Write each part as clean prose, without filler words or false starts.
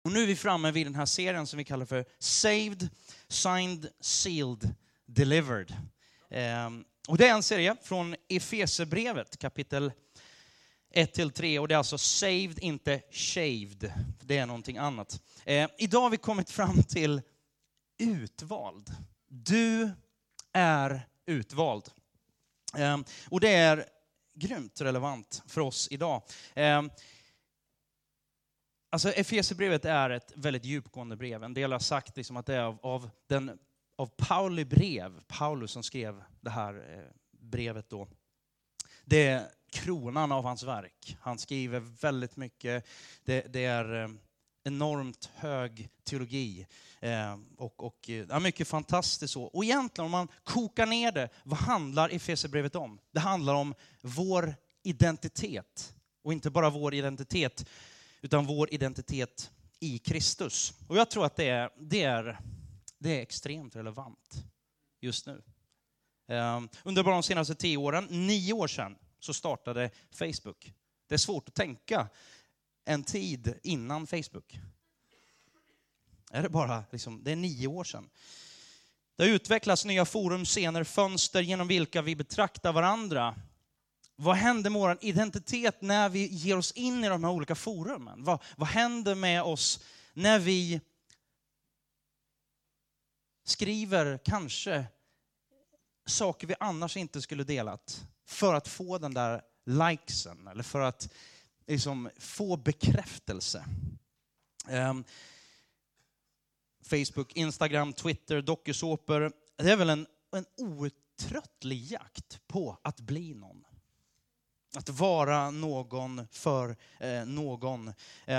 Och nu är vi framme vid den här serien som vi kallar för Saved, Signed, Sealed, Delivered. Och det är en serie från Efesierbrevet kapitel 1-3. Och det är alltså saved, inte shaved. Det är någonting annat. Idag har vi kommit fram till utvald. Du är utvald. Och det är grymt relevant för oss idag. Alltså Efesierbrevet är ett väldigt djupgående brev. En del har sagt liksom att det är av Pauli brev, Paulus som skrev det här brevet då. Det är kronan av hans verk. Han skriver väldigt mycket. Det är enormt hög teologi. Och mycket fantastiskt så. Och egentligen om man kokar ner det, vad handlar Efesierbrevet om? Det handlar om vår identitet. Och inte bara vår identitet, utan vår identitet i Kristus. Och jag tror att det är extremt relevant just nu. Under bara de senaste 10 åren, 9 år sedan, så startade Facebook. Det är svårt att tänka en tid innan Facebook. Är det bara det är 9 år sedan. Det har utvecklats nya forum, scener, fönster genom vilka vi betraktar varandra. Vad händer med vår identitet när vi ger oss in i de här olika forumen? Vad händer med oss när vi skriver kanske saker vi annars inte skulle delat för att få den där likesen eller för att få bekräftelse? Facebook, Instagram, Twitter, dokusåpor. Det är väl en outtröttlig jakt på att bli någon. Att vara någon för någon.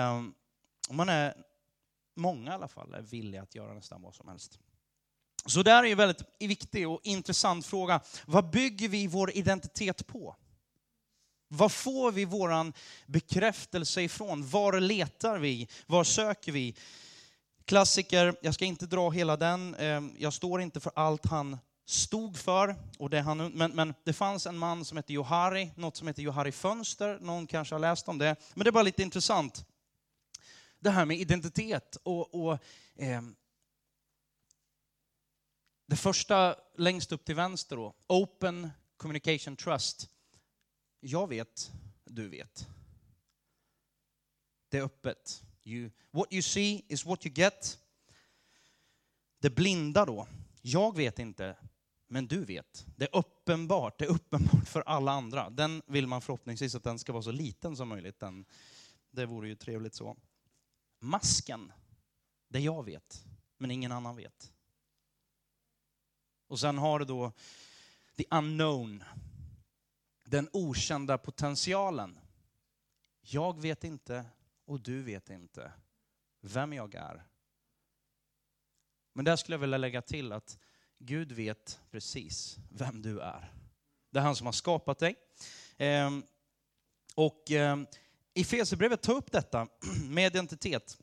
Många i alla fall är villiga att göra nästan vad som helst. Så där är ju väldigt viktig och intressant fråga. Vad bygger vi vår identitet på? Vad får vi våran bekräftelse ifrån? Var letar vi? Var söker vi? Klassiker, jag ska inte dra hela den. Jag står inte för allt han stod för. Och men det fanns en man som heter Johari. Något som heter Johari Fönster. Någon kanske har läst om det. Men det är bara lite intressant. Det här med identitet. Det första längst upp till vänster då. Open Communication Trust. Jag vet, du vet. Det är öppet. What you see is what you get. Det blinda då. Jag vet inte, men du vet. Det är uppenbart. Det är uppenbart för alla andra. Den vill man förhoppningsvis att den ska vara så liten som möjligt. Det vore ju trevligt så. Masken. Det jag vet, men ingen annan vet. Och sen har du då the unknown. Den okända potentialen. Jag vet inte och du vet inte vem jag är. Men där skulle jag vilja lägga till att Gud vet precis vem du är. Det är han som har skapat dig. Efesierbrevet tar upp detta med identitet.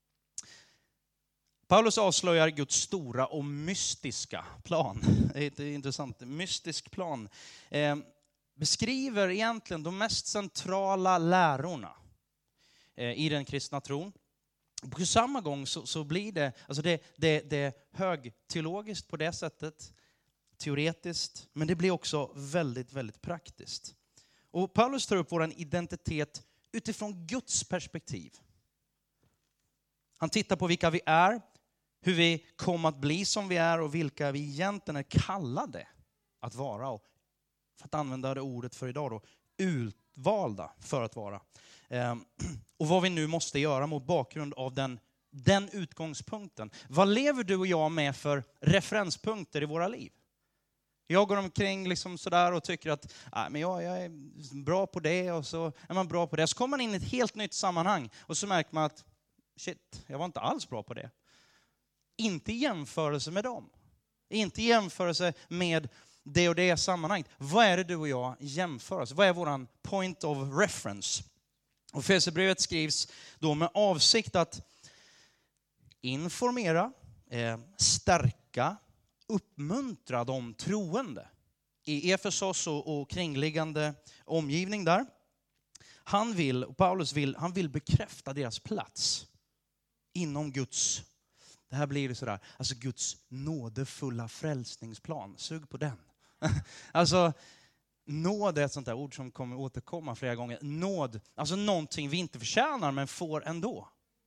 Paulus avslöjar Guds stora och mystiska plan. Det är ett intressant. Mystisk plan. Beskriver egentligen de mest centrala lärorna i den kristna tron. På samma gång så blir det, alltså det är högteologiskt på det sättet, teoretiskt, men det blir också väldigt, väldigt praktiskt. Och Paulus tar upp vår identitet utifrån Guds perspektiv. Han tittar på vilka vi är, hur vi kommer att bli som vi är och vilka vi egentligen är kallade att vara. Och för att använda det ordet för idag då, utvalda för att vara. Och vad vi nu måste göra mot bakgrund av den utgångspunkten. Vad lever du och jag med för referenspunkter i våra liv? Jag går omkring sådär och tycker att men jag är bra på det och så är man bra på det. Så kommer man in i ett helt nytt sammanhang och så märker man att shit, jag var inte alls bra på det. Inte i jämförelse med dem. Inte i jämförelse med det och det sammanhanget. Vad är det du och jag jämför oss? Vad är våran point of reference? Och Efesierbrevet skrivs då med avsikt att informera, stärka, uppmuntra de troende i Efesos och kringliggande omgivning där. Paulus vill bekräfta deras plats inom Guds, det här blir det sådär, alltså Guds nådefulla frälsningsplan. Sug på den. Alltså nåd är ett sånt där ord som kommer återkomma flera gånger. Nåd, alltså någonting vi inte förtjänar men får ändå.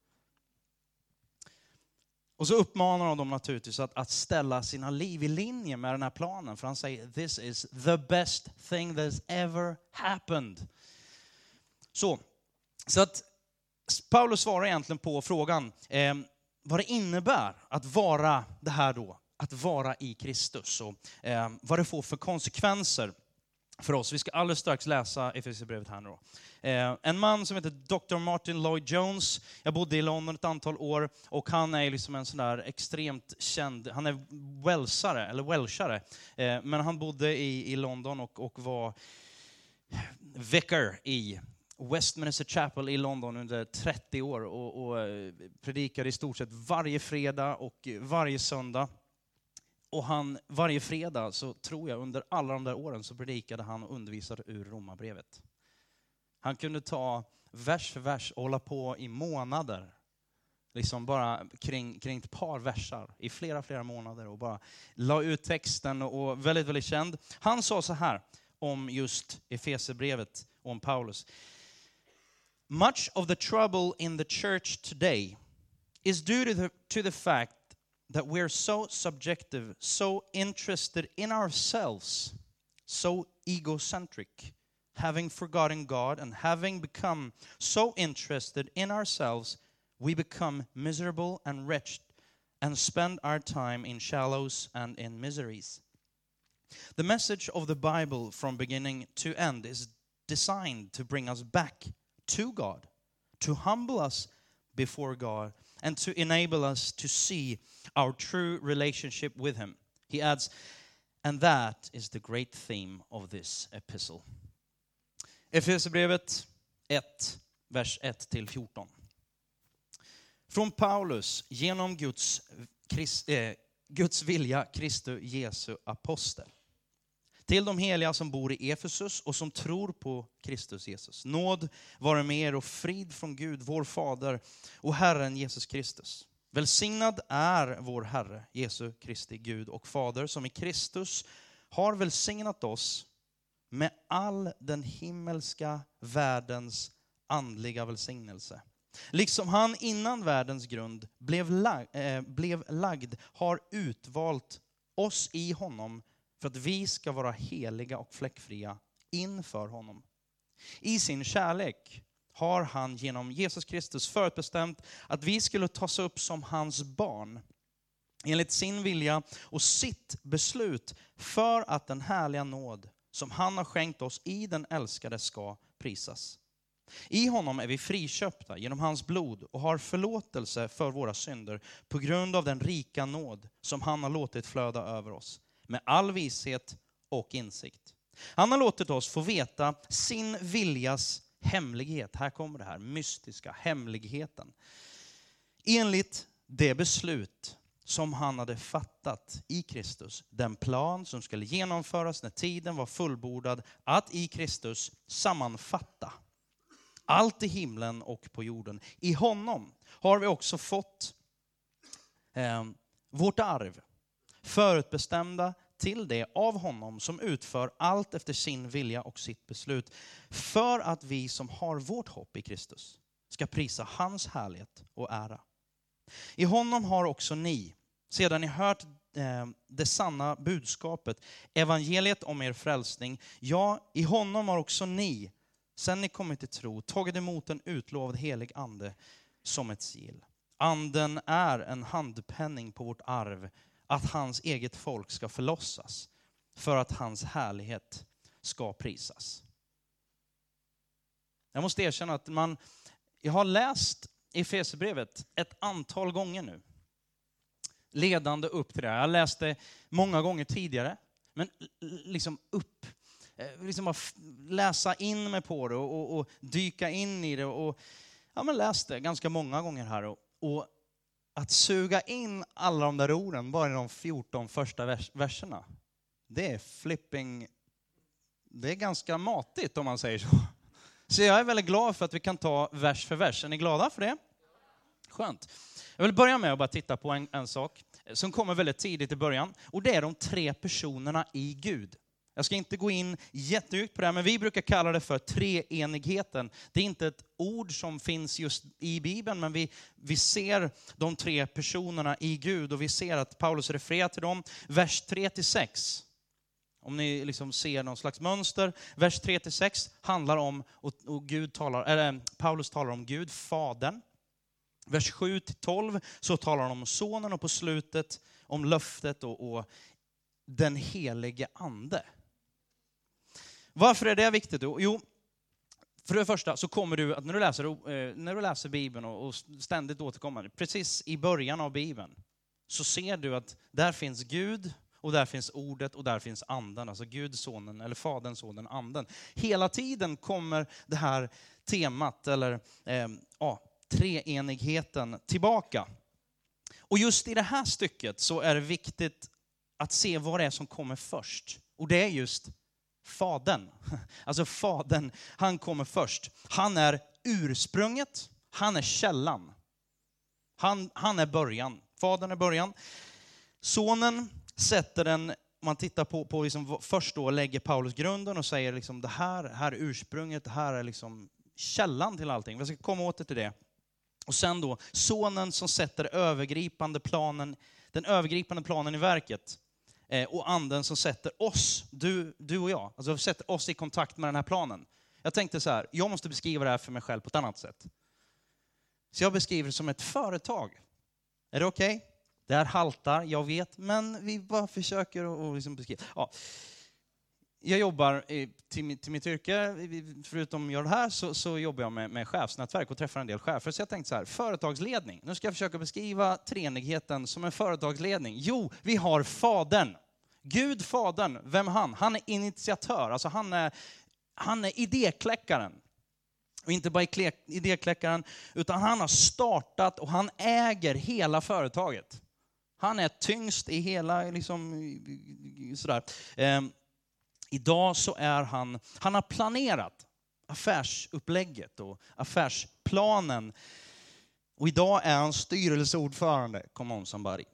Och så uppmanar de dem naturligtvis att ställa sina liv i linje med den här planen. För han säger, this is the best thing that's ever happened. Så att Paulus svarar egentligen på frågan vad det innebär att vara det här då. Att vara i Kristus och vad det får för konsekvenser för oss. Vi ska alldeles strax läsa Efesierbrevet här nu då. En man som heter Dr. Martin Lloyd-Jones. Jag bodde i London ett antal år och han är liksom en sån där extremt känd, han är welshare. Men han bodde i London och var vicar i Westminster Chapel i London under 30 år och predikade i stort sett varje fredag och varje söndag. Och varje fredag så tror jag under alla de där åren så predikade han och undervisade ur Romarbrevet. Han kunde ta vers för vers och hålla på i månader. Liksom bara kring ett par versar i flera månader och bara la ut texten och väldigt, väldigt känd. Han sa så här om just Efesierbrevet och om Paulus. Much of the trouble in the church today is due to the fact that we're so subjective, so interested in ourselves, so egocentric, having forgotten God and having become so interested in ourselves, we become miserable and wretched and spend our time in shallows and in miseries. The message of the Bible from beginning to end is designed to bring us back to God, to humble us before God, and to enable us to see our true relationship with him. He adds, and that is the great theme of this epistle. Efesierbrevet 1, vers 1-14. Från Paulus, genom Guds vilja, Kristi Jesu apostel. Till de heliga som bor i Efesus och som tror på Kristus Jesus. Nåd vare med er och frid från Gud, vår Fader och Herren Jesus Kristus. Välsignad är vår Herre, Jesu Kristi Gud och Fader, som i Kristus har välsignat oss med all den himmelska världens andliga välsignelse. Liksom han innan världens grund blev lagd har utvalt oss i honom för att vi ska vara heliga och fläckfria inför honom. I sin kärlek har han genom Jesus Kristus förutbestämt att vi skulle tas upp som hans barn enligt sin vilja och sitt beslut för att den härliga nåd som han har skänkt oss i den älskade ska prisas. I honom är vi friköpta genom hans blod och har förlåtelse för våra synder på grund av den rika nåd som han har låtit flöda över oss med all vishet och insikt. Han har låtit oss få veta sin viljas hemlighet. Här kommer det här mystiska, hemligheten. Enligt det beslut som han hade fattat i Kristus, den plan som skulle genomföras när tiden var fullbordad, att i Kristus sammanfatta allt i himlen och på jorden. I honom har vi också fått vårt arv, förutbestämda till det av honom som utför allt efter sin vilja och sitt beslut, för att vi som har vårt hopp i Kristus ska prisa hans härlighet och ära. I honom har också ni, sedan ni hört det sanna budskapet, evangeliet om er frälsning, ja, i honom har också ni, sen ni kommit till tro, tagit emot en utlovad helig ande som ett sigill. Anden är en handpenning på vårt arv, att hans eget folk ska förlossas för att hans härlighet ska prisas. Jag måste erkänna att jag har läst Efesierbrevet ett antal gånger nu. Ledande upp till det. Jag läste många gånger tidigare. Men liksom bara läsa in mig på det och dyka in i det. Och läst det ganska många gånger här. Och att suga in alla de där orden bara i de 14 första verserna. Det är ganska matigt om man säger så. Så jag är väldigt glad för att vi kan ta vers för vers. Är ni glada för det? Skönt. Jag vill börja med att bara titta på en sak som kommer väldigt tidigt i början. Och det är de 3 personerna i Gud. Jag ska inte gå in jättedjupt på det här, men vi brukar kalla det för treenigheten. Det är inte ett ord som finns just i Bibeln, men vi ser de 3 personerna i Gud och vi ser att Paulus refererar till dem. Vers 3-6, om ni liksom ser någon slags mönster. Vers 3-6 handlar om, och Paulus talar om Gud, Fadern. Vers 7-12 så talar han om sonen och på slutet om löftet och den helige ande. Varför är det viktigt då? Jo, för det första så kommer du att när du läser Bibeln och ständigt återkommer, precis i början av Bibeln, så ser du att där finns Gud och där finns ordet och där finns anden. Alltså Gud, sonen, eller fadern, sonen, anden. Hela tiden kommer det här temat, eller treenigheten tillbaka. Och just i det här stycket så är det viktigt att se vad det är som kommer först. Och det är just Fadern. Alltså Fadern, han kommer först. Han är ursprunget, han är källan. Han är början. Fadern är början. Sonen sätter den, man tittar på liksom, först då lägger Paulus grunden och säger liksom, det här är ursprunget, det här är liksom källan till allting. Vi ska komma åter till det. Och sen då sonen som sätter den övergripande planen i verket. Och anden som sätter oss, du och jag, alltså sätter oss i kontakt med den här planen. Jag tänkte så här, jag måste beskriva det här för mig själv på ett annat sätt. Så jag beskriver det som ett företag. Är det okej? Det här haltar, jag vet, men vi bara försöker att liksom beskriva. Ja. Jag jobbar till mitt yrke, förutom att göra det här så jobbar jag med chefsnätverk och träffar en del chefer. Så jag tänkte så här, företagsledning. Nu ska jag försöka beskriva treenigheten som en företagsledning. Jo, vi har Fadern. Gud, Fadern, vem är han? Han är initiatör, alltså han är idékläckaren. Och inte bara idékläckaren, utan han har startat och han äger hela företaget. Han är tyngst i hela, liksom, sådär. Idag så är han har planerat affärsupplägget och affärsplanen. Och idag är han styrelseordförande. Come on somebody.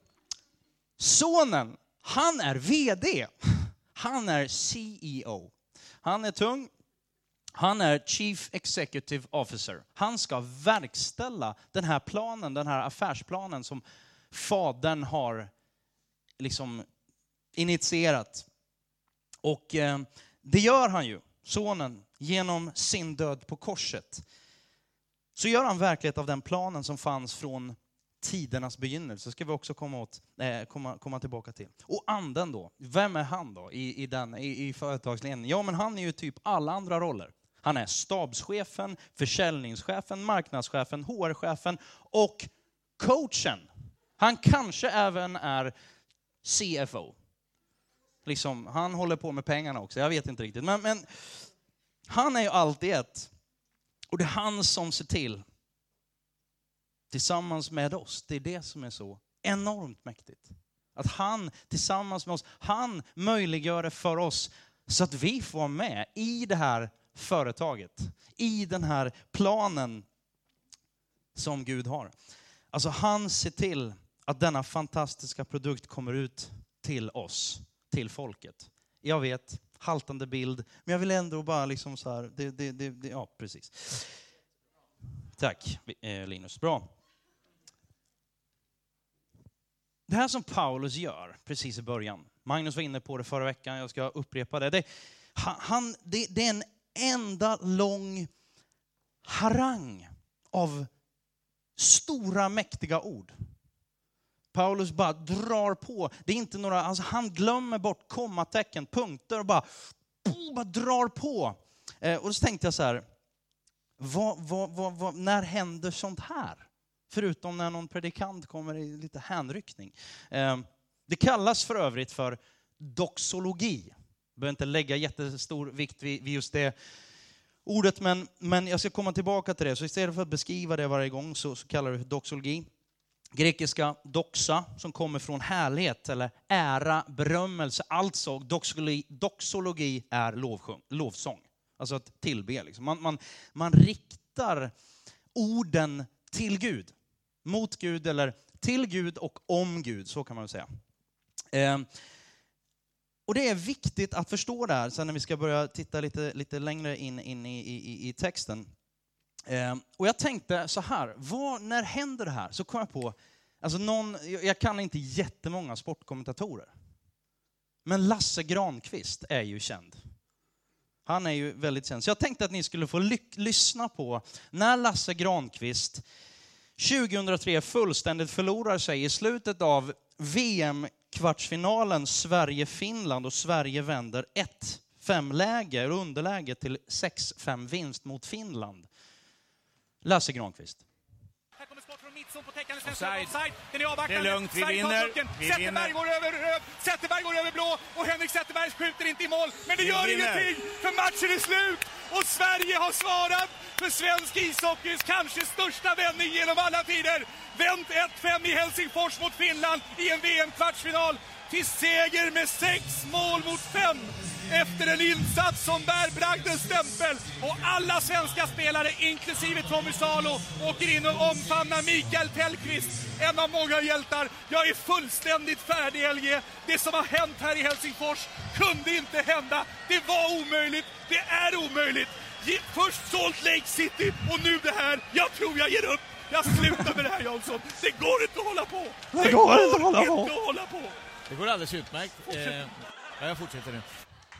Sonen, han är vd. Han är CEO. Han är tung. Han är Chief Executive Officer. Han ska verkställa den här planen, den här affärsplanen som Fadern har liksom initierat. Och det gör han ju, sonen, genom sin död på korset. Så gör han verklighet av den planen som fanns från tidernas begynnelse. Ska vi också komma tillbaka till. Och anden då, vem är han då i företagsledningen? Ja, men han är ju typ alla andra roller. Han är stabschefen, försäljningschefen, marknadschefen, HR-chefen och coachen. Han kanske även är CFO. Liksom, han håller på med pengarna också, jag vet inte riktigt. Men han är ju alltid ett. Och det är han som ser till, tillsammans med oss, det är det som är så enormt mäktigt. Att han tillsammans med oss, han möjliggör det för oss så att vi får vara med i det här företaget. I den här planen som Gud har. Alltså han ser till att denna fantastiska produkt kommer ut till oss, till folket. Jag vet, haltande bild, men jag vill ändå bara liksom så här, ja precis. Tack Linus, bra. Det här som Paulus gör precis i början, Magnus var inne på det förra veckan, jag ska upprepa det. Det är en enda lång harang av stora mäktiga ord. Paulus bara drar på. Det är inte några, alltså han glömmer bort kommatecken, punkter och bara drar på. Och så tänkte jag så här, när händer sånt här? Förutom när någon predikant kommer i lite hänryckning. Det kallas för övrigt för doxologi. Jag behöver inte lägga jättestor vikt vid just det ordet, men jag ska komma tillbaka till det. Så istället för att beskriva det varje gång så kallar vi det för doxologi. Grekiska doxa som kommer från härlighet eller ära, berömmelse. Alltså doxologi är lovsång. Alltså att tillbe. Liksom. Man riktar orden till Gud. Mot Gud eller till Gud och om Gud, så kan man väl säga. Och det är viktigt att förstå det här sen när vi ska börja titta lite längre in i texten. Och jag tänkte så här, när händer det här? Så kom jag på, alltså jag kan inte jättemånga sportkommentatorer. Men Lasse Granqvist är ju känd. Han är ju väldigt känd. Så jag tänkte att ni skulle få lyssna på när Lasse Granqvist 2003 fullständigt förlorar sig i slutet av VM-kvartsfinalen Sverige-Finland, och Sverige vänder 1-5-läge och underläge till 6-5 vinst mot Finland. Lasse Granqvist. Här kommer skott från mittzon på täckande offside. Den är avvaktande. Det är lugnt, vi vinner. Zetterberg går över blå och Henrik Zetterberg skjuter inte i mål. Men det gör ingenting, för matchen är slut. Och Sverige har svarat för svensk ishockeys kanske största vändning genom alla tider. Vänt 1-5 i Helsingfors mot Finland i en VM-kvartsfinal till seger med 6 mål mot 5. Efter en insats som bär bragdens stämpel, och alla svenska spelare, inklusive Tommy Salo, åker in och omfamnar Mikael Tellqvist, en av många hjältar. Jag är fullständigt färdig, LG. Det som har hänt här i Helsingfors kunde inte hända. Det var omöjligt. Det är omöjligt. Först Salt Lake City och nu det här. Jag tror jag ger upp. Jag slutar med det här, Jansson. Det går inte att hålla på. Det går inte att hålla på. Det går alldeles utmärkt. Jag fortsätter nu.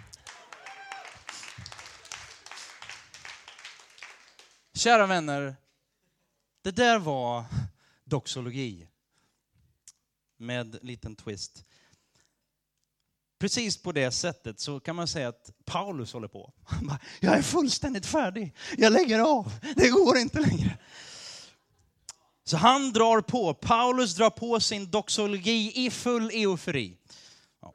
Kära vänner, det där var doxologi med liten twist. Precis på det sättet så kan man säga att Paulus håller på. Han bara, jag är fullständigt färdig. Jag lägger av. Det går inte längre. Så han drar på. Paulus drar på sin doxologi i full eufori. Ja.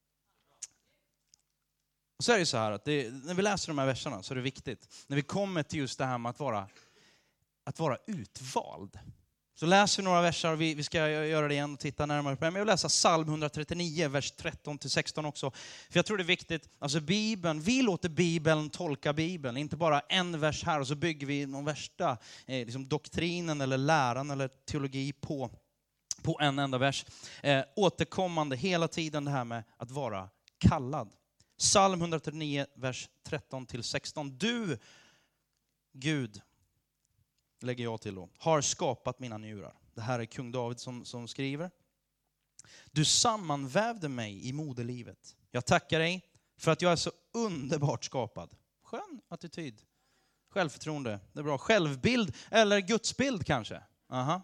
Och så är det så här att när vi läser de här verserna så är det viktigt. När vi kommer till just det här med att vara utvald. Så läser vi några verser och vi ska göra det igen och titta närmare på det. Men jag vill läsa Psalm 139, vers 13-16 också. För jag tror det är viktigt, alltså Bibeln, vi låter Bibeln tolka Bibeln. Inte bara en vers här och så bygger vi någon värsta liksom doktrinen eller läran eller teologi på en enda vers. Återkommande hela tiden det här med att vara kallad. Psalm 139, vers 13-16. Du, Gud, lägger jag till då, har skapat mina njurar. Det här är kung David som skriver. Du sammanvävde mig i moderlivet. Jag tackar dig för att jag är så underbart skapad. Skön attityd. Självförtroende, det är bra. Självbild eller gudsbild kanske. Aha.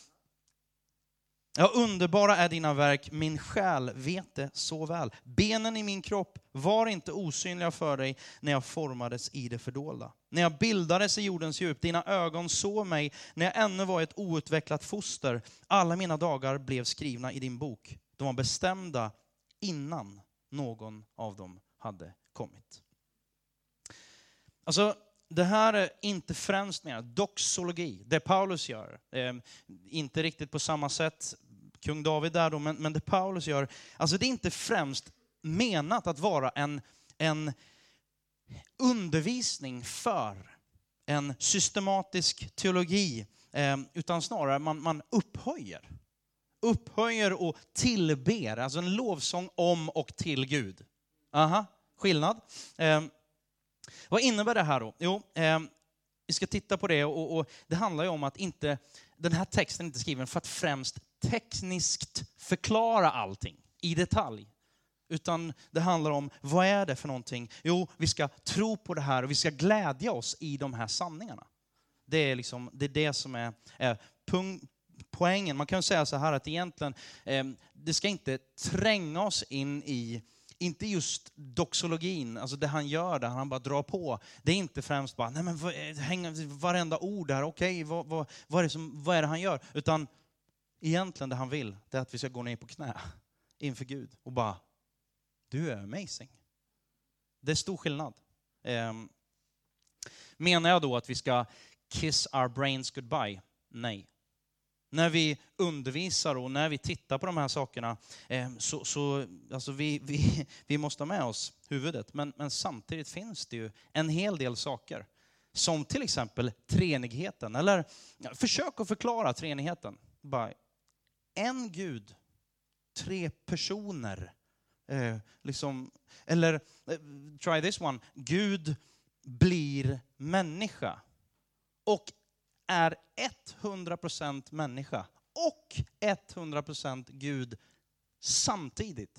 Ja, underbara är dina verk, min själ vet det så väl. Benen i min kropp var inte osynliga för dig när jag formades i det fördolda. När jag bildades i jordens djup, dina ögon såg mig när jag ännu var ett outvecklat foster. Alla mina dagar blev skrivna i din bok. De var bestämda innan någon av dem hade kommit. Alltså, det här är inte främst mer doxologi, det Paulus gör. Inte riktigt på samma sätt, kung David där då, men det Paulus gör. Alltså det är inte främst menat att vara en undervisning för en systematisk teologi. Utan snarare man upphöjer och tillber. Alltså en lovsång om och till Gud. Aha, skillnad. Vad innebär det här då? Jo, vi ska titta på det och det handlar ju om att den här texten är inte skriven för att främst tekniskt förklara allting i detalj. Utan det handlar om, vad är det för någonting? Jo, vi ska tro på det här och vi ska glädja oss i de här sanningarna. Det är det som är poängen. Man kan säga så här att egentligen, det ska inte tränga oss in i, inte just doxologin, alltså det han gör där, han bara drar på. Det är inte främst bara, nej men varenda ord där, okej, vad är det han gör? Utan egentligen det han vill, det är att vi ska gå ner på knä inför Gud och bara, du är amazing. Det är stor skillnad. Menar jag då att vi ska kiss our brains goodbye? Nej. När vi undervisar och när vi tittar på de här sakerna så alltså vi måste ha med oss huvudet. Men samtidigt finns det ju en hel del saker Som till exempel treenigheten. Eller försök att förklara treenigheten. Bara en Gud, 3 personer. Eller try this one. Gud blir människa. Och är 100% människa. Och 100% Gud samtidigt.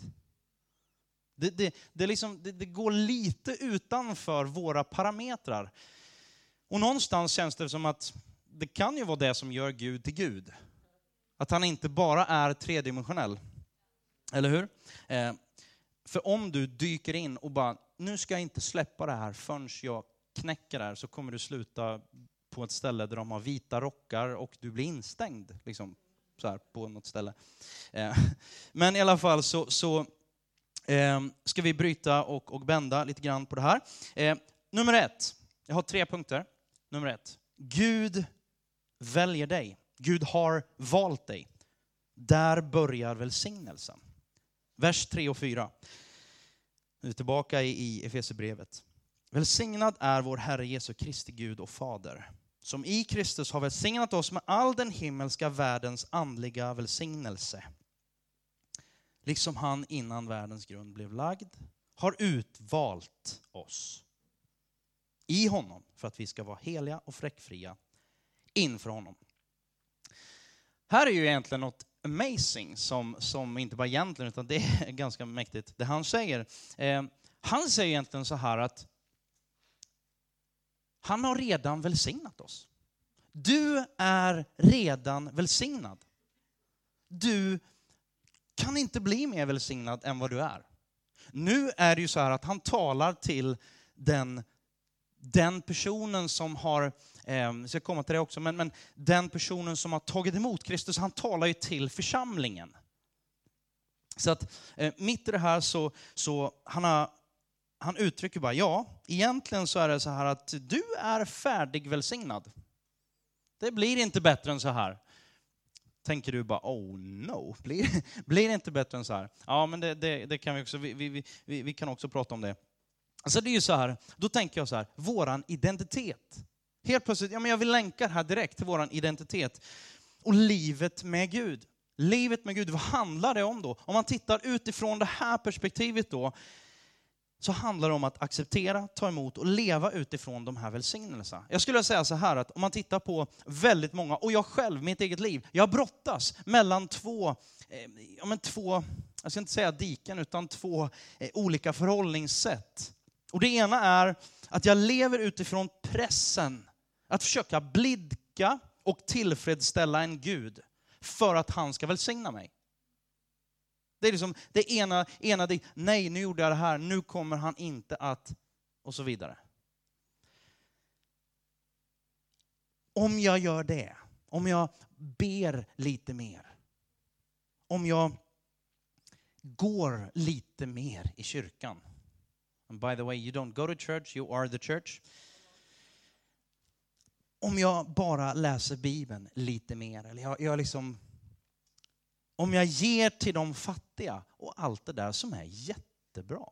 Det går lite utanför våra parametrar. Och någonstans känns det som att det kan ju vara det som gör Gud till Gud. Att han inte bara är tredimensionell. Eller hur? För om du dyker in och bara, nu ska jag inte släppa det här förrän jag knäcker det här, så kommer du sluta på ett ställe där de har vita rockar och du blir instängd. Liksom, så här, på något ställe. Men i alla fall så ska vi bryta och bända lite grann på det här. Nummer 1. Jag har 3 punkter. Nummer 1. Gud väljer dig. Gud har valt dig. Där börjar välsignelsen. Vers 3 och 4. Nu är vi tillbaka i Efesierbrevet. Välsignad är vår Herre Jesu Kristi Gud och Fader, som i Kristus har välsignat oss med all den himmelska världens andliga välsignelse. Liksom han innan världens grund blev lagd har utvalt oss i honom för att vi ska vara heliga och fläckfria inför honom. Här är ju egentligen något amazing som inte bara egentligen, utan det är ganska mäktigt det han säger. Han säger egentligen så här att han har redan välsignat oss. Du är redan välsignad. Du kan inte bli mer välsignad än vad du är. Nu är det ju så här att han talar till den personen som har, jag ska komma till det också, men den personen som har tagit emot Kristus, han talar ju till församlingen. Så att mitt i det här så han uttrycker bara, ja, egentligen så är det så här att du är färdig välsignad. Det blir inte bättre än så här. Tänker du bara, oh no, blir det inte bättre än så här? Ja, men det kan vi också, vi kan också prata om det. Alltså det är ju så här, då tänker jag så här, våran identitet. Helt plötsligt, ja men jag vill länka här direkt till våran identitet. Och livet med Gud. Livet med Gud, vad handlar det om då? Om man tittar utifrån det här perspektivet då, så handlar det om att acceptera, ta emot och leva utifrån de här välsignelserna. Jag skulle säga så här att om man tittar på väldigt många, och jag själv, mitt eget liv, jag brottas mellan två, jag ska inte säga diken, utan 2 olika förhållningssätt. Och det ena är att jag lever utifrån pressen att försöka blidka och tillfredsställa en Gud för att han ska välsigna mig. Det är liksom det ena nej, nu gjorde jag det här, nu kommer han inte att, och så vidare. Om jag gör det, om jag ber lite mer, om jag går lite mer i kyrkan. And by the way, you don't go to church, you are the church. Om jag bara läser Bibeln lite mer, eller jag liksom, om jag ger till de fattiga och allt det där som är jättebra.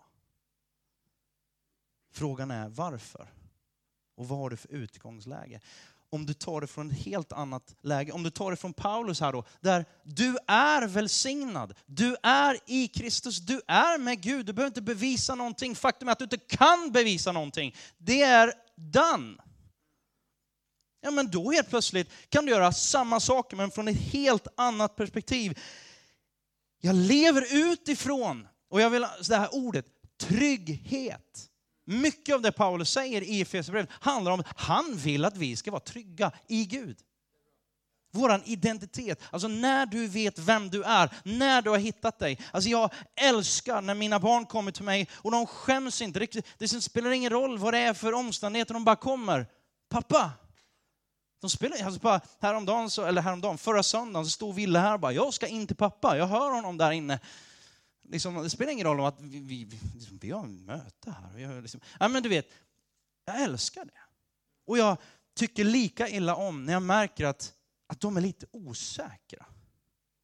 Frågan är varför? Och vad har du för utgångsläge? Om du tar det från ett helt annat läge, om du tar det från Paulus här då, där du är välsignad, du är i Kristus, du är med Gud, du behöver inte bevisa någonting. Faktum är att du inte kan bevisa någonting. Det är done. Ja, men då helt plötsligt kan du göra samma saker men från ett helt annat perspektiv. Jag lever utifrån, och jag vill det här ordet, trygghet. Mycket av det Paulus säger i Efesierbrevet handlar om att han vill att vi ska vara trygga i Gud. Våran identitet, alltså när du vet vem du är, när du har hittat dig. Alltså jag älskar när mina barn kommer till mig och de skäms inte riktigt. Det spelar ingen roll vad det är för omständigheter, de bara kommer. Pappa! De spelar, alltså bara häromdagen, förra söndagen så stod Ville här och bara, jag ska in till pappa. Jag hör honom där inne. Liksom, det spelar ingen roll om att vi har en möte här. Ja, men du vet, jag älskar det. Och jag tycker lika illa om när jag märker att de är lite osäkra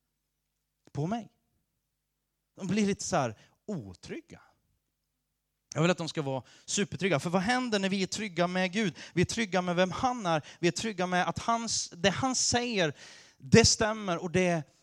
på mig. De blir lite så här otrygga. Jag vill att de ska vara supertrygga. För vad händer när vi är trygga med Gud? Vi är trygga med vem han är. Vi är trygga med att det han säger, det stämmer. Och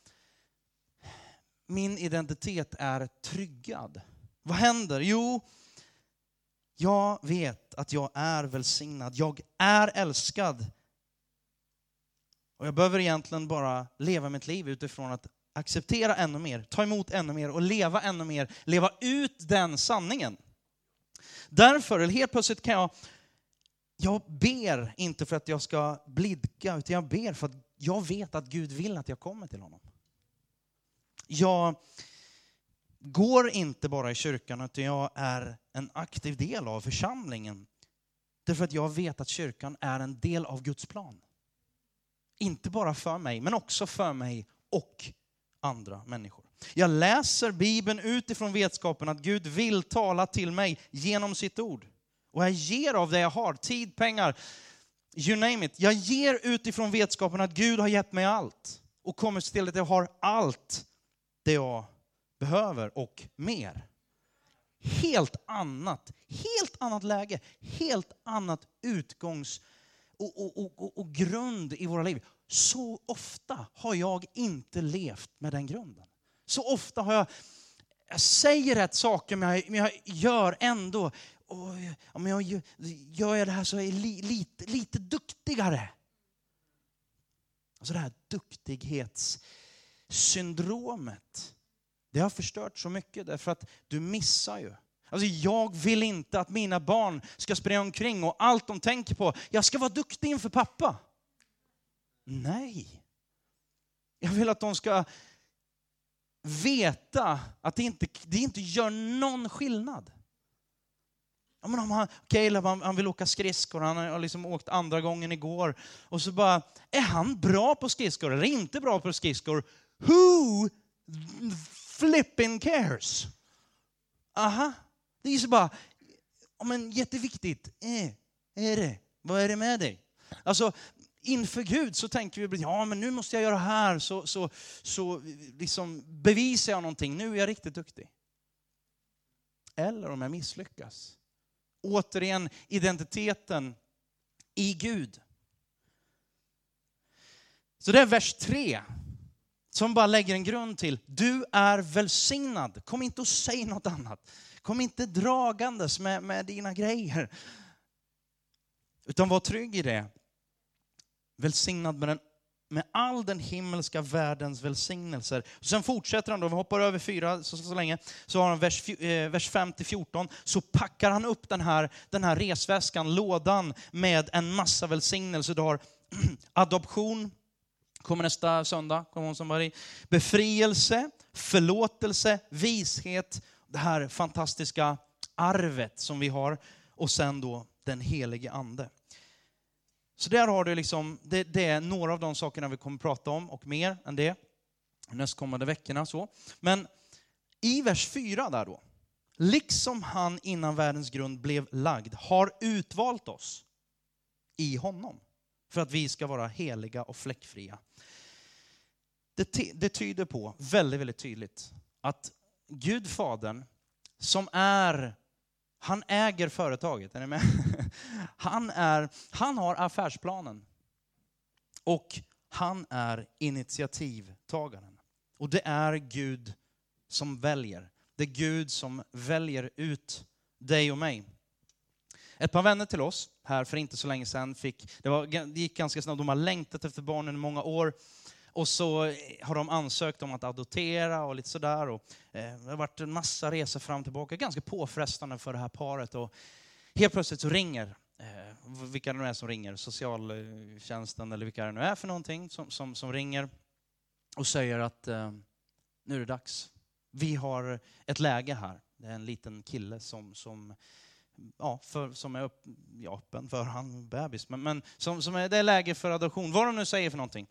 min identitet är tryggad. Vad händer? Jo, jag vet att jag är välsignad. Jag är älskad. Och jag behöver egentligen bara leva mitt liv utifrån att acceptera ännu mer. Ta emot ännu mer och leva ännu mer. Leva ut den sanningen. Därför, eller helt plötsligt kan jag ber inte för att jag ska blidka, utan jag ber för att jag vet att Gud vill att jag kommer till honom. Jag går inte bara i kyrkan, utan jag är en aktiv del av församlingen. Därför att jag vet att kyrkan är en del av Guds plan. Inte bara för mig, men också för mig och andra människor. Jag läser Bibeln utifrån vetskapen att Gud vill tala till mig genom sitt ord. Och jag ger av det jag har, tid, pengar, you name it. Jag ger utifrån vetskapen att Gud har gett mig allt. Och kommer till att jag har allt det jag behöver och mer. Helt annat läge, helt annat utgångs- och grund i våra liv. Så ofta har jag inte levt med den grunden. Så ofta har jag säger rätt saker men jag gör ändå. Om jag gör det här så är jag lite duktigare. Alltså det här duktighetssyndromet. Det har förstört så mycket därför att du missar ju. Alltså jag vill inte att mina barn ska springa omkring och allt de tänker på, jag ska vara duktig inför pappa. Nej. Jag vill att de ska veta att det inte gör någon skillnad. Ja, men om han vill åka skridskor, han har liksom åkt andra gången igår. Och så bara, är han bra på skridskor eller inte bra på skridskor? Who flipping cares? Aha, det är så bara, men jätteviktigt. Är det? Vad är det med dig? Alltså, inför Gud så tänker vi, ja men nu måste jag göra här så liksom bevisar jag någonting. Nu är jag riktigt duktig. Eller om jag misslyckas. Återigen identiteten i Gud. Så det är vers 3 som bara lägger en grund till. Du är välsignad. Kom inte och säg något annat. Kom inte dragandes med dina grejer. Utan var trygg i det. Välsignad med all den himmelska världens välsignelser. Och sen fortsätter han då, vi hoppar över 4 så länge. Så har han vers 5-14. Så packar han upp den här resväskan, lådan med en massa välsignelser. Du har adoption, kommer nästa söndag, kommer hon som var i. Befrielse, förlåtelse, vishet. Det här fantastiska arvet som vi har. Och sen då den helige ande. Så där har du liksom, det är några av de sakerna vi kommer att prata om och mer än det nästkommande veckorna. Så. Men i vers 4 där då, liksom han innan världens grund blev lagd, har utvalt oss i honom för att vi ska vara heliga och fläckfria. Det tyder på väldigt, väldigt tydligt att Gud Fadern som han äger företaget, är ni med? Han har affärsplanen. Och han är initiativtagaren. Och det är Gud som väljer. Det är Gud som väljer ut dig och mig. Ett par vänner till oss här för inte så länge sedan det gick ganska snabbt. De har längtat efter barnen i många år. Och så har de ansökt om att adoptera och lite sådär. Och det har varit en massa resor fram och tillbaka. Ganska påfrestande för det här paret. Och helt plötsligt så ringer, vilka det nu är som ringer, socialtjänsten eller vilka det nu är för någonting som ringer. Och säger att nu är det dags. Vi har ett läge här. Det är en liten kille som är öppen för han bebis. Men som är det läge för adoption. Vad de nu säger för någonting.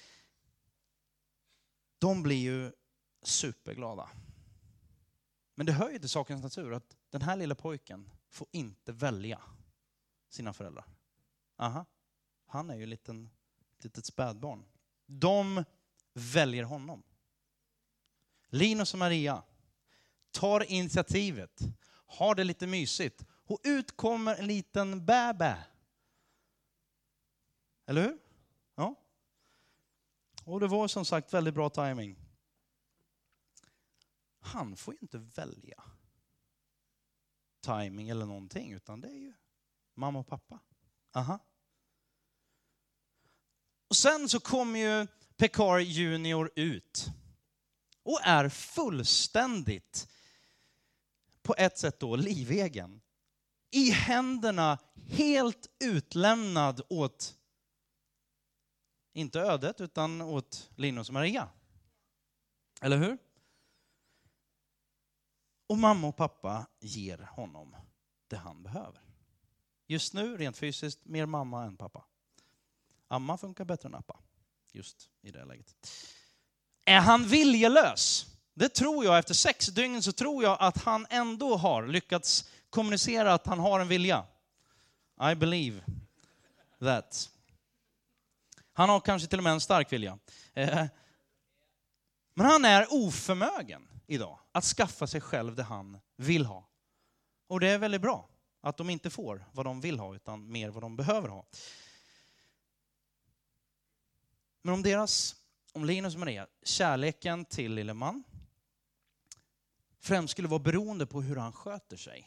De blir ju superglada. Men det hör ju till sakens natur att den här lilla pojken får inte välja sina föräldrar. Aha, han är ju litet spädbarn. De väljer honom. Linus och Maria tar initiativet, har det lite mysigt. Och ut kommer en liten bäbä. Eller hur? Ja. Och det var som sagt väldigt bra timing. Han får ju inte välja timing eller någonting, utan det är ju mamma och pappa. Aha. Och sen så kommer ju Pekar Junior ut och är fullständigt på ett sätt då livegen. I händerna helt utlämnad åt, inte ödet utan åt Linus och Maria. Eller hur? Och mamma och pappa ger honom det han behöver. Just nu, rent fysiskt, mer mamma än pappa. Amma funkar bättre än appa. Just i det läget. Är han viljelös? Det tror jag, efter 6 dygn så tror jag att han ändå har lyckats kommunicera att han har en vilja. I believe that. Han har kanske till och med en stark vilja. Men han är oförmögen idag att skaffa sig själv det han vill ha. Och det är väldigt bra att de inte får vad de vill ha utan mer vad de behöver ha. Men om Linus och Maria, kärleken till lille man främst skulle vara beroende på hur han sköter sig.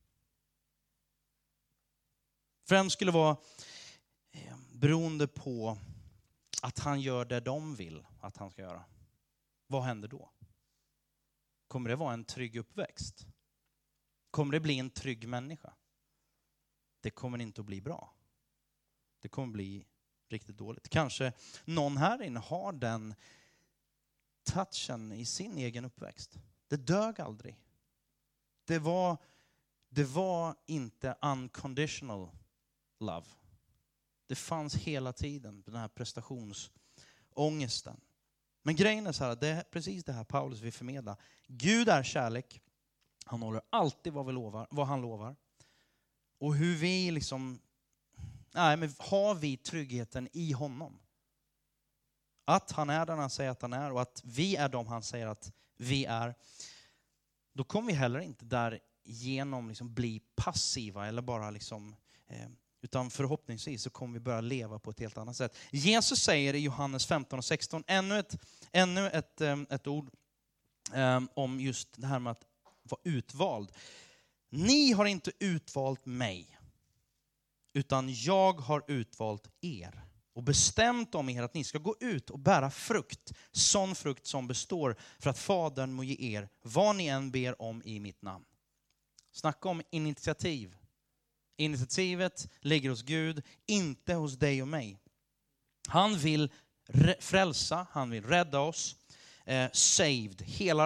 Främst skulle vara beroende på att han gör det de vill att han ska göra. Vad händer då? Kommer det vara en trygg uppväxt? Kommer det bli en trygg människa? Det kommer inte att bli bra. Det kommer bli riktigt dåligt. Kanske någon här inne har den touchen i sin egen uppväxt. Det dög aldrig. Det var inte unconditional love. Det fanns hela tiden den här prestationsångesten. Men grejen är så här, det är precis det här Paulus vill förmedla. Gud är kärlek. Han håller alltid vad han lovar. Och hur vi liksom, har vi tryggheten i honom? Att han är den han säger att han är och att vi är de han säger att vi är. Då kommer vi heller inte där genom liksom bli passiva eller bara liksom, utan förhoppningsvis så kommer vi börja leva på ett helt annat sätt. Jesus säger i Johannes 15 och 16 ännu ett ord om just det här med att vara utvald. Ni har inte utvalt mig, utan jag har utvalt er och bestämt om er att ni ska gå ut och bära frukt, sån frukt som består, för att Fadern må ge er vad ni än ber om i mitt namn. Snacka om initiativ. Initiativet ligger hos Gud, inte hos dig och mig. Han vill frälsa, han vill rädda oss. Saved, hela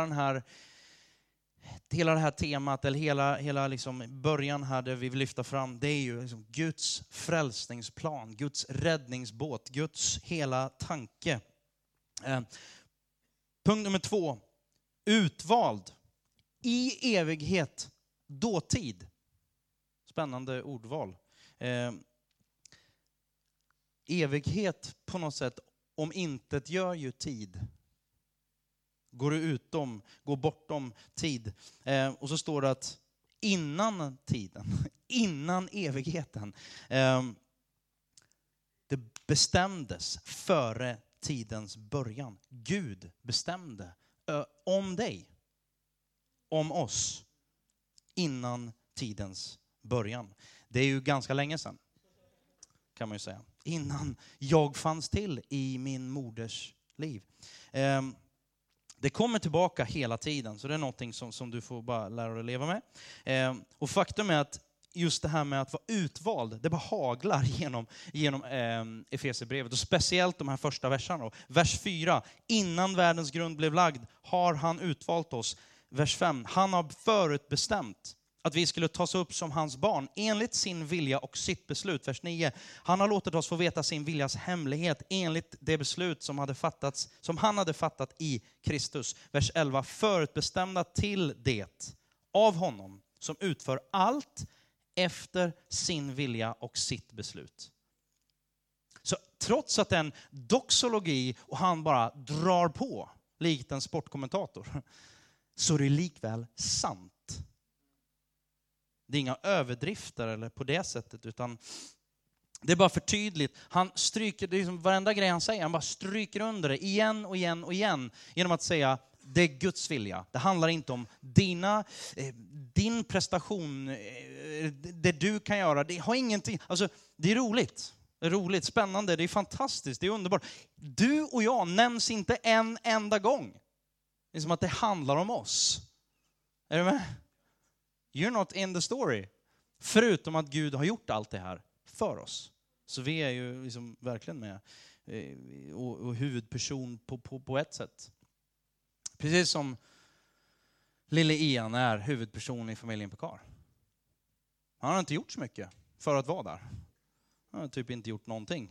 det här temat, eller hela liksom början här där vi vill lyfta fram, det är ju liksom Guds frälsningsplan, Guds räddningsbåt, Guds hela tanke. Punkt nummer 2, utvald i evighet, dåtid. Spännande ordval. Evighet på något sätt om intet gör ju tid. Går bortom tid. Och så står det att innan tiden, innan evigheten, det bestämdes före tidens början. Gud bestämde om dig, om oss, innan tidens början. Det är ju ganska länge sedan, kan man ju säga. Innan jag fanns till i min moders liv. Det kommer tillbaka hela tiden, så det är någonting som du får bara lära dig att leva med. Och faktum är att just det här med att vara utvald, det bara haglar genom Efesierbrevet, och speciellt de här första verserna. Vers 4, innan världens grund blev lagd har han utvalt oss. Vers 5, han har förutbestämt att vi skulle tas upp som hans barn enligt sin vilja och sitt beslut. Vers 9. Han har låtit oss få veta sin viljas hemlighet enligt det beslut som han hade fattat i Kristus. Vers 11. Förutbestämda till det av honom som utför allt efter sin vilja och sitt beslut. Så trots att det är en doxologi och han bara drar på likt en sportkommentator, så är det likväl sant. Det är inga överdrifter eller på det sättet, utan det är bara för tydligt. Han stryker, det är liksom varenda grej han säger, han bara stryker under det igen och igen och igen genom att säga det är Guds vilja. Det handlar inte om din prestation, det du kan göra. Det har ingenting, alltså det är roligt. Det är roligt, spännande, det är fantastiskt, det är underbart. Du och jag nämns inte en enda gång. Det är som att det handlar om oss. Är du med? You're not in the story. Förutom att Gud har gjort allt det här för oss. Så vi är ju liksom verkligen med och huvudperson på ett sätt. Precis som lille Ian är huvudperson i familjen Pekar. Han har inte gjort så mycket för att vara där. Han har typ inte gjort någonting.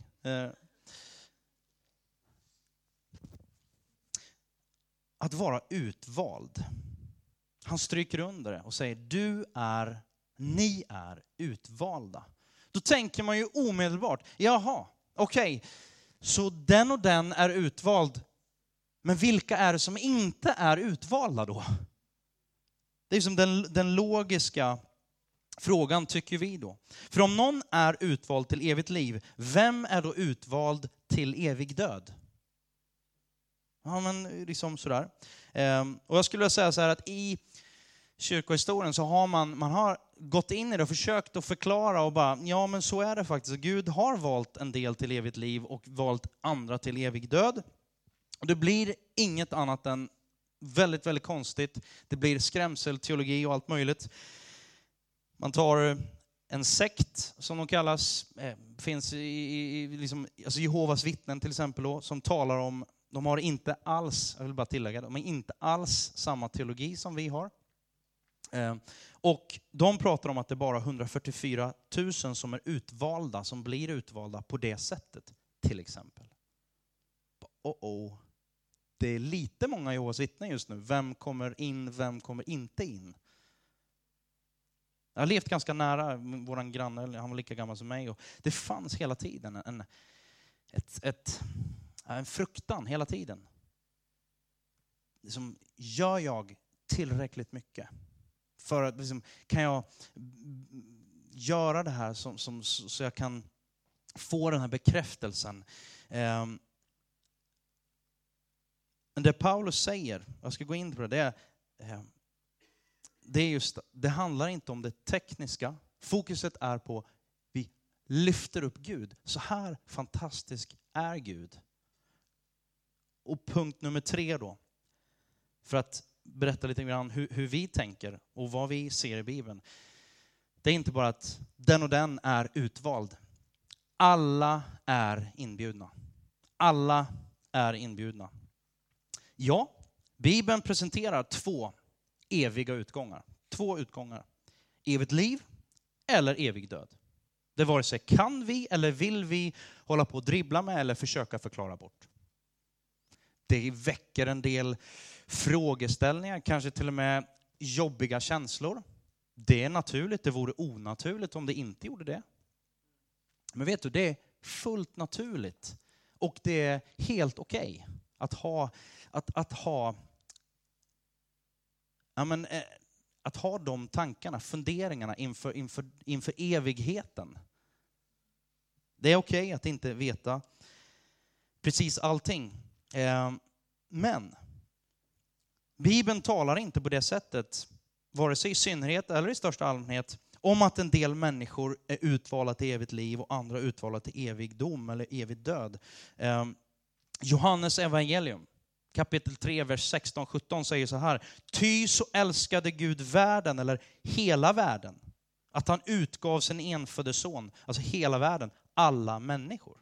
Att vara utvald. Han stryker under det och säger ni är utvalda. Då tänker man ju omedelbart, jaha, okej, så den och den är utvald. Men vilka är det som inte är utvalda då? Det är som den logiska frågan, tycker vi då. För om någon är utvald till evigt liv, vem är då utvald till evig död? Ja, men liksom sådär. Och jag skulle vilja säga så här att i kyrkohistorien så har man har gått in i det och försökt att förklara och bara, ja men så är det faktiskt. Gud har valt en del till evigt liv och valt andra till evig död. Och det blir inget annat än väldigt, väldigt konstigt. Det blir skrämselteologi och allt möjligt. Man tar en sekt som de kallas, finns i liksom, alltså Jehovas vittnen till exempel då, som talar om, de har inte alls, jag vill bara tillägga, de har inte alls samma teologi som vi har. Och de pratar om att det är bara 144 000 som är utvalda, som blir utvalda på det sättet till exempel. Det är lite många Jehovas vittnen just nu. Vem kommer in, vem kommer inte in? Jag har levt ganska nära våran granne, han var lika gammal som mig. Och det fanns hela tiden en fruktan hela tiden. Liksom, gör jag tillräckligt mycket? För att liksom, kan jag göra det här så jag kan få den här bekräftelsen? Men det Paulus säger, jag ska gå in på det är just, det handlar inte om det tekniska. Fokuset är på, vi lyfter upp Gud. Så här fantastisk är Gud. Och punkt nummer 3 då, för att berätta lite grann hur vi tänker och vad vi ser i Bibeln. Det är inte bara att den och den är utvald. Alla är inbjudna. Alla är inbjudna. Ja, Bibeln presenterar 2 eviga utgångar. 2 utgångar. Evigt liv eller evig död. Det vare sig kan vi eller vill vi hålla på att dribbla med eller försöka förklara bort. Det väcker en del frågeställningar, kanske till och med jobbiga känslor. Det är naturligt, det vore onaturligt om det inte gjorde det. Men vet du, det är fullt naturligt och det är helt okej att ha de tankarna, funderingarna inför evigheten. Det är okej att inte veta precis allting. Men Bibeln talar inte på det sättet, vare sig i synnerhet eller i största allmänhet, om att en del människor är utvalda till evigt liv och andra utvalda till evig dom eller evig död. Johannes evangelium, kapitel 3, vers 16-17 säger så här: ty så älskade Gud världen, eller hela världen, att han utgav sin enfödde son, alltså hela världen, alla människor.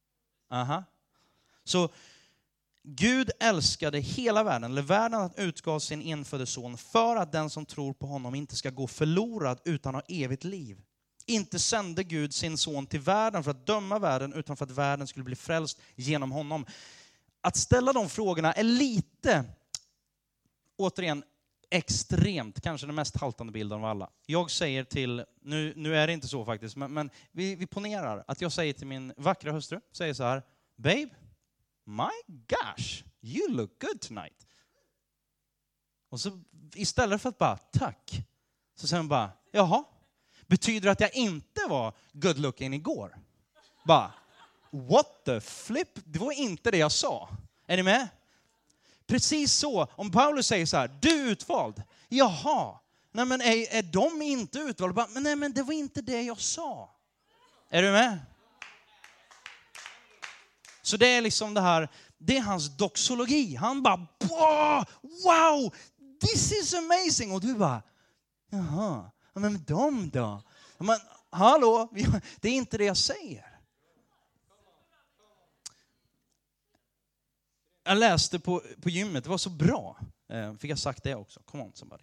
Så Gud älskade hela världen, eller världen, att utgav sin enfödde son för att den som tror på honom inte ska gå förlorad utan ha evigt liv. Inte sände Gud sin son till världen för att döma världen, utan för att världen skulle bli frälst genom honom. Att ställa de frågorna är lite, återigen, extremt, kanske den mest haltande bilden av alla. Jag säger till, nu är det inte så faktiskt, men vi ponerar att jag säger till min vackra hustru, säger så här: babe, my gosh, you look good tonight. Och så istället för att bara tack, så säger hon bara, jaha, Betyder det att jag inte var good looking igår? Bara, what the flip? Det var inte det jag sa. Är ni med? Precis så, om Paulus säger så här, du är utvald. Jaha, nej men är de inte utvalda? Bara, men nej men det var inte det jag sa. Är du med? Så det är liksom det här, det är hans doxologi. Han bara, wow, this is amazing. Och du bara, jaha, men de då? Men hallå, det är inte det jag säger. Jag läste på gymmet, det var så bra. Fick jag sagt det också? Come on somebody.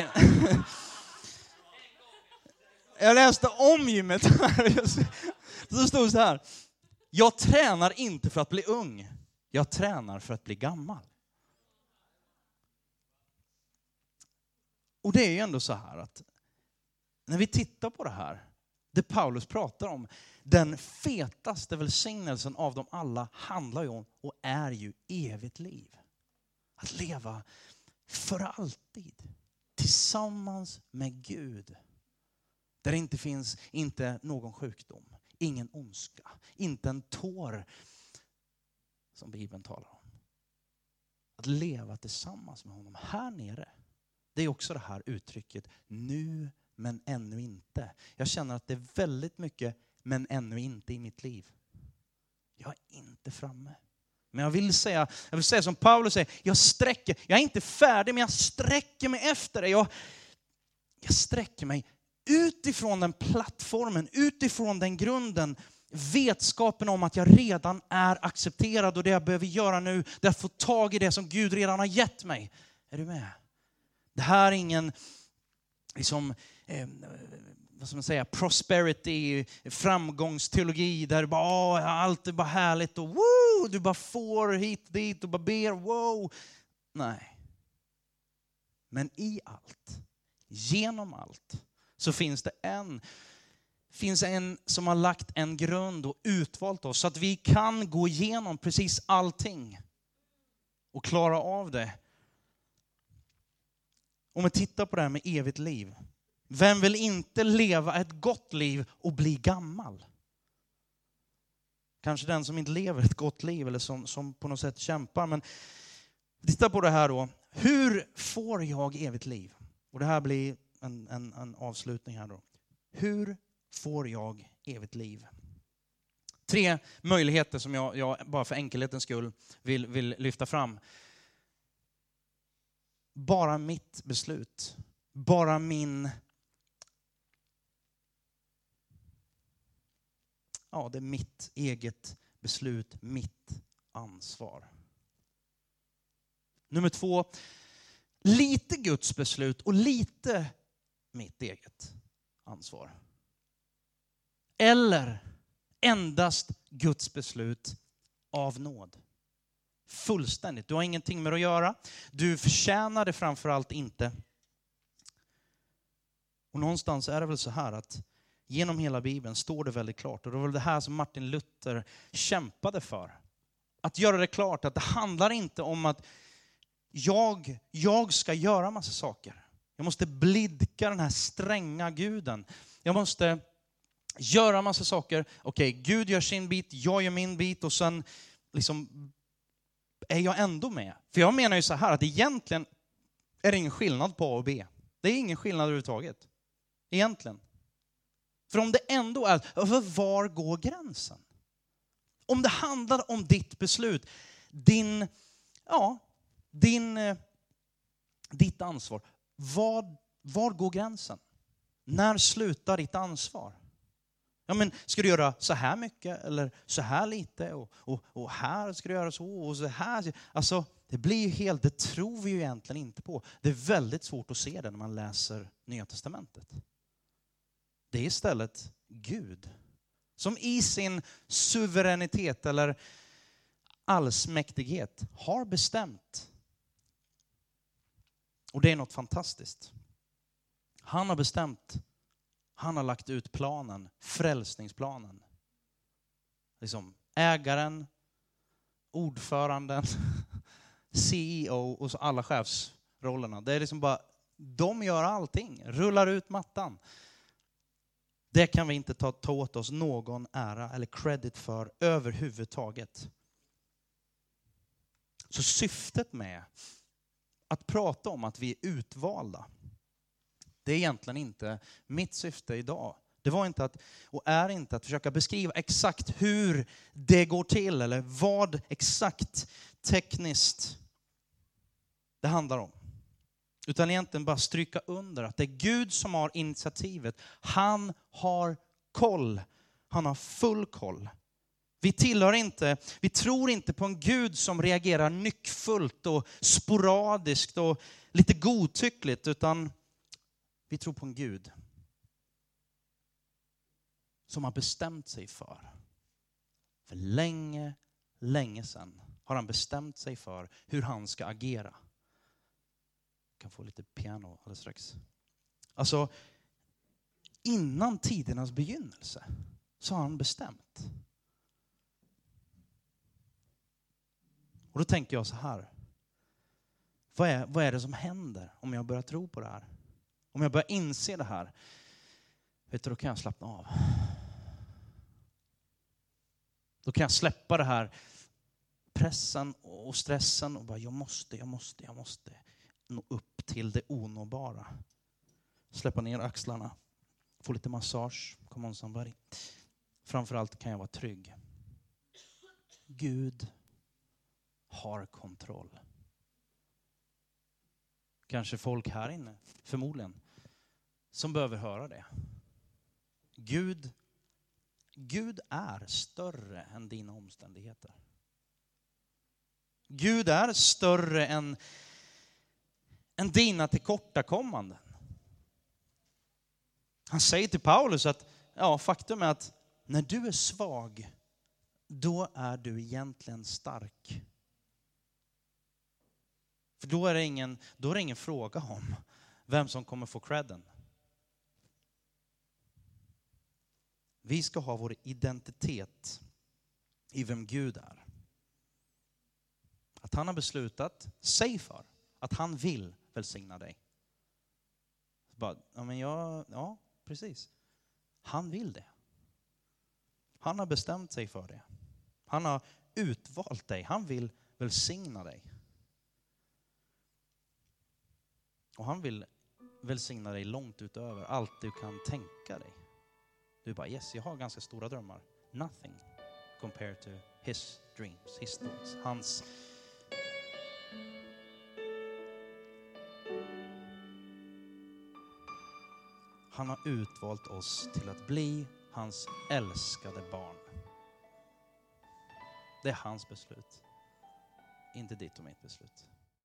Jag läste om gymmet. Så stod det så här. Jag tränar inte för att bli ung. Jag tränar för att bli gammal. Och det är ju ändå så här att när vi tittar på det här, det Paulus pratar om, den fetaste välsignelsen av dem alla handlar ju om och är ju evigt liv. Att leva för alltid tillsammans med Gud. Där det inte finns inte någon sjukdom, ingen ondska, inte en tår som Bibeln talar om. Att leva tillsammans med honom här nere. Det är också det här uttrycket nu men ännu inte. Jag känner att det är väldigt mycket men ännu inte i mitt liv. Jag är inte framme. Men jag vill säga som Paulus säger, jag är inte färdig men jag sträcker mig efter det. Jag sträcker mig utifrån den plattformen, utifrån den grunden, vetskapen om att jag redan är accepterad och det jag behöver göra nu det är att få tag i det som Gud redan har gett mig. Är du med? Det här är ingen liksom, vad ska man säga, prosperity, framgångsteologi där bara, allt är bara härligt och woo, du bara får hit dit och bara ber, wow. Nej. Men i allt, genom allt, så finns det en som har lagt en grund och utvalt oss så att vi kan gå igenom precis allting och klara av det. Om vi tittar på det här med evigt liv. Vem vill inte leva ett gott liv och bli gammal? Kanske den som inte lever ett gott liv eller som på något sätt kämpar. Men titta på det här då. Hur får jag evigt liv? Och det här blir en avslutning här då. Hur får jag evigt liv? 3 möjligheter som jag bara för enkelhetens skull vill lyfta fram. Bara mitt beslut. Bara det är mitt eget beslut, mitt ansvar. Nummer 2, lite Guds beslut och lite mitt eget ansvar. Eller endast Guds beslut av nåd. Fullständigt. Du har ingenting med att göra. Du förtjänar det framförallt inte. Och någonstans är det väl så här att genom hela Bibeln står det väldigt klart. Och det var väl det här som Martin Luther kämpade för. Att göra det klart att det handlar inte om att jag ska göra massa saker. Jag måste blidka den här stränga guden. Jag måste göra massa saker. Okej, Gud gör sin bit, jag gör min bit och sen liksom är jag ändå med. För jag menar ju så här att egentligen är det ingen skillnad på A och B. Det är ingen skillnad överhuvudtaget. Egentligen. För om det ändå är, var går gränsen? Om det handlar om ditt beslut, ditt ansvar. Var går gränsen? När slutar ditt ansvar? Ja, men ska du göra så här mycket eller så här lite och här ska du göra så och så här. Alltså det blir ju helt, det tror vi ju egentligen inte på. Det är väldigt svårt att se det när man läser Nya testamentet. Det är istället Gud som i sin suveränitet eller allsmäktighet har bestämt. Och det är något fantastiskt. Han har bestämt. Han har lagt ut planen, frälsningsplanen. Liksom ägaren, ordföranden, CEO och så alla chefsrollerna. Det är liksom bara, de gör allting, rullar ut mattan. Det kan vi inte ta åt oss någon ära eller credit för överhuvudtaget. Så syftet med att prata om att vi är utvalda, det är egentligen inte mitt syfte idag. Det var inte att, och är inte att försöka beskriva exakt hur det går till eller vad exakt tekniskt det handlar om. Utan egentligen bara stryka under att det är Gud som har initiativet. Han har koll. Han har full koll. Vi tror inte på en Gud som reagerar nyckfullt och sporadiskt och lite godtyckligt, utan vi tror på en Gud som har bestämt sig för länge sedan har han bestämt sig för hur han ska agera. Jag kan få lite piano alldeles strax. Alltså, innan tidernas begynnelse så har han bestämt. Och då tänker jag så här. Vad är det som händer om jag börjar tro på det här? Om jag börjar inse det här, då kan jag slappna av. Då kan jag släppa det här pressen och stressen och bara jag måste nå upp till det onåbara. Släppa ner axlarna, få lite massage, come on somebody. Framförallt kan jag vara trygg. Gud har kontroll. Kanske folk här inne, förmodligen, som behöver höra det. Gud är större än dina omständigheter. Gud är större än dina tillkortakommanden. Han säger till Paulus att faktum är att när du är svag, då är du egentligen stark. För då är det ingen fråga om vem som kommer få credden. Vi ska ha vår identitet i vem Gud är. Att han har beslutat sig för att han vill välsigna dig. Ja, precis. Han vill det. Han har bestämt sig för det. Han har utvalt dig. Han vill välsigna dig. Och han vill välsigna dig långt utöver allt du kan tänka dig. Du bara, yes, jag har ganska stora drömmar. Nothing compared to his dreams, his thoughts. Han har utvalt oss till att bli hans älskade barn. Det är hans beslut. Inte ditt och mitt beslut.